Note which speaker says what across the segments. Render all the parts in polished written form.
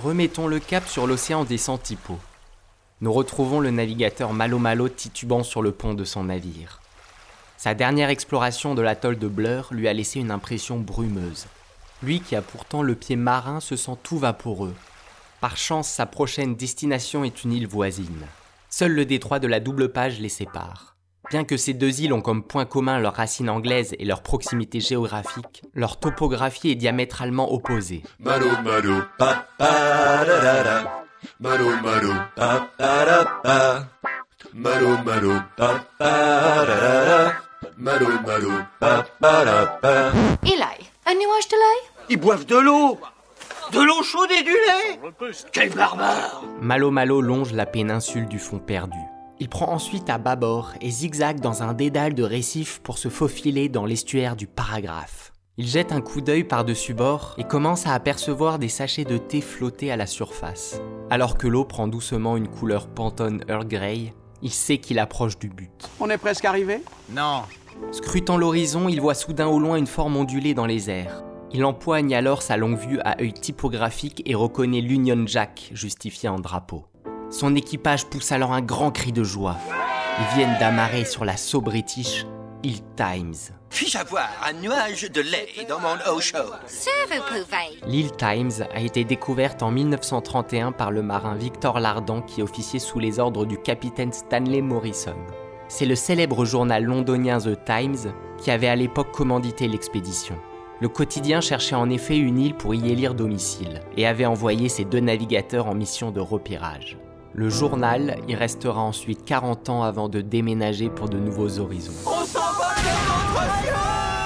Speaker 1: Remettons le cap sur l'océan des Centipodes. Nous retrouvons le navigateur Malo Malo titubant sur le pont de son navire. Sa dernière exploration de l'atoll de Blur lui a laissé une impression brumeuse. Lui qui a pourtant le pied marin se sent tout vaporeux. Par chance, sa prochaine destination est une île voisine. Seul le détroit de la double page les sépare. Bien que ces deux îles ont comme point commun leurs racines anglaises et leur proximité géographique, leur topographie est diamétralement opposée.
Speaker 2: Malo malo pa pa da da da. Malo malo pa pa da pa. Malo malo pa pa da da da. Malo malo pa pa da pa.
Speaker 3: Eli, un nuage de lait?
Speaker 4: Ils boivent de l'eau! De l'eau chaude et du lait! Quel barbare!
Speaker 1: Malo Malo longe la péninsule du fond perdu. Il prend ensuite à bâbord et zigzague dans un dédale de récifs pour se faufiler dans l'estuaire du Paragraphe. Il jette un coup d'œil par-dessus bord et commence à apercevoir des sachets de thé flotter à la surface. Alors que l'eau prend doucement une couleur Pantone Earl Grey, il sait qu'il approche du but.
Speaker 4: On est presque arrivé?
Speaker 5: Non.
Speaker 1: Scrutant l'horizon, il voit soudain au loin une forme ondulée dans les airs. Il empoigne alors sa longue vue à œil typographique et reconnaît l'Union Jack, justifié en drapeau. Son équipage pousse alors un grand cri de joie. Ils viennent d'amarrer sur la So British Hill Times.
Speaker 6: Puis-je avoir un nuage de lait dans mon eau chaude?
Speaker 3: Ça, vous pouvez.
Speaker 1: L'Hill Times a été découverte en 1931 par le marin Victor Lardan qui officiait sous les ordres du capitaine Stanley Morrison. C'est le célèbre journal londonien The Times qui avait à l'époque commandité l'expédition. Le quotidien cherchait en effet une île pour y élire domicile et avait envoyé ses 2 navigateurs en mission de repérage. Le journal y restera ensuite 40 ans avant de déménager pour de nouveaux horizons.
Speaker 6: On s'en va de notre ciel!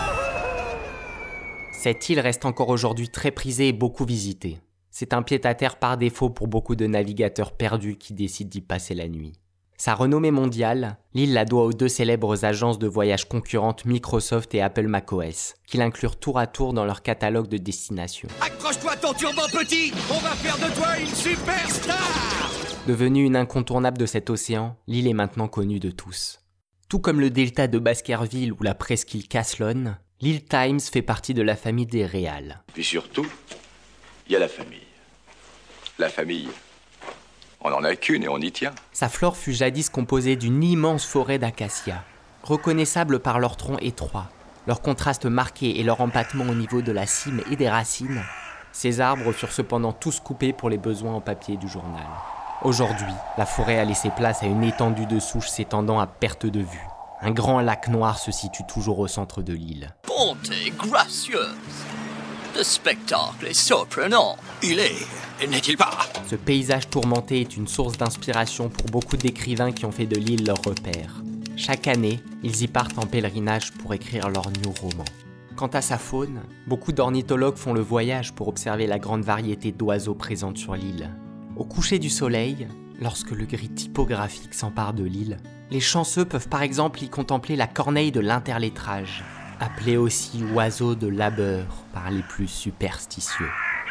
Speaker 1: Cette île reste encore aujourd'hui très prisée et beaucoup visitée. C'est un pied-à-terre par défaut pour beaucoup de navigateurs perdus qui décident d'y passer la nuit. Sa renommée mondiale, l'île la doit aux 2 célèbres agences de voyage concurrentes Microsoft et Apple macOS, qui l'inclurent tour à tour dans leur catalogue de destinations.
Speaker 6: Accroche-toi ton turban petit! On va faire de toi une superstar!
Speaker 1: Devenue une incontournable de cet océan, l'île est maintenant connue de tous. Tout comme le delta de Baskerville ou la presqu'île Caslon, l'île Times fait partie de la famille des Réals.
Speaker 2: Puis surtout, il y a la famille. La famille, on n'en a qu'une et on y tient.
Speaker 1: Sa flore fut jadis composée d'une immense forêt d'acacias, reconnaissables par leur tronc étroit, leur contraste marqué et leur empattement au niveau de la cime et des racines. Ces arbres furent cependant tous coupés pour les besoins en papier du journal. Aujourd'hui, la forêt a laissé place à une étendue de souches s'étendant à perte de vue. Un grand lac noir se situe toujours au centre de l'île.
Speaker 6: Bonté gracieuse! Le spectacle est surprenant. Il est, n'est-il pas?
Speaker 1: Ce paysage tourmenté est une source d'inspiration pour beaucoup d'écrivains qui ont fait de l'île leur repère. Chaque année, ils y partent en pèlerinage pour écrire leur new roman. Quant à sa faune, beaucoup d'ornithologues font le voyage pour observer la grande variété d'oiseaux présentes sur l'île. Au coucher du soleil, lorsque le gris typographique s'empare de l'île, les chanceux peuvent par exemple y contempler la corneille de l'interlettrage, appelée aussi oiseau de labeur par les plus superstitieux.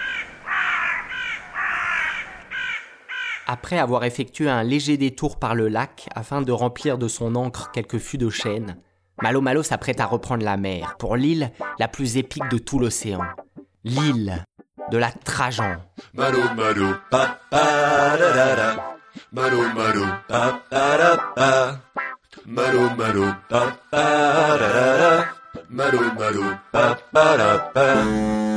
Speaker 1: Après avoir effectué un léger détour par le lac afin de remplir de son encre quelques fûts de chêne, Malo Malo s'apprête à reprendre la mer pour l'île la plus épique de tout l'océan, l'île de la Trajan.
Speaker 2: Malo malo pa pa da da da. Malo malo pa pa da pa. Malo malo pa pa da da da. Malo malo pa pa da pa.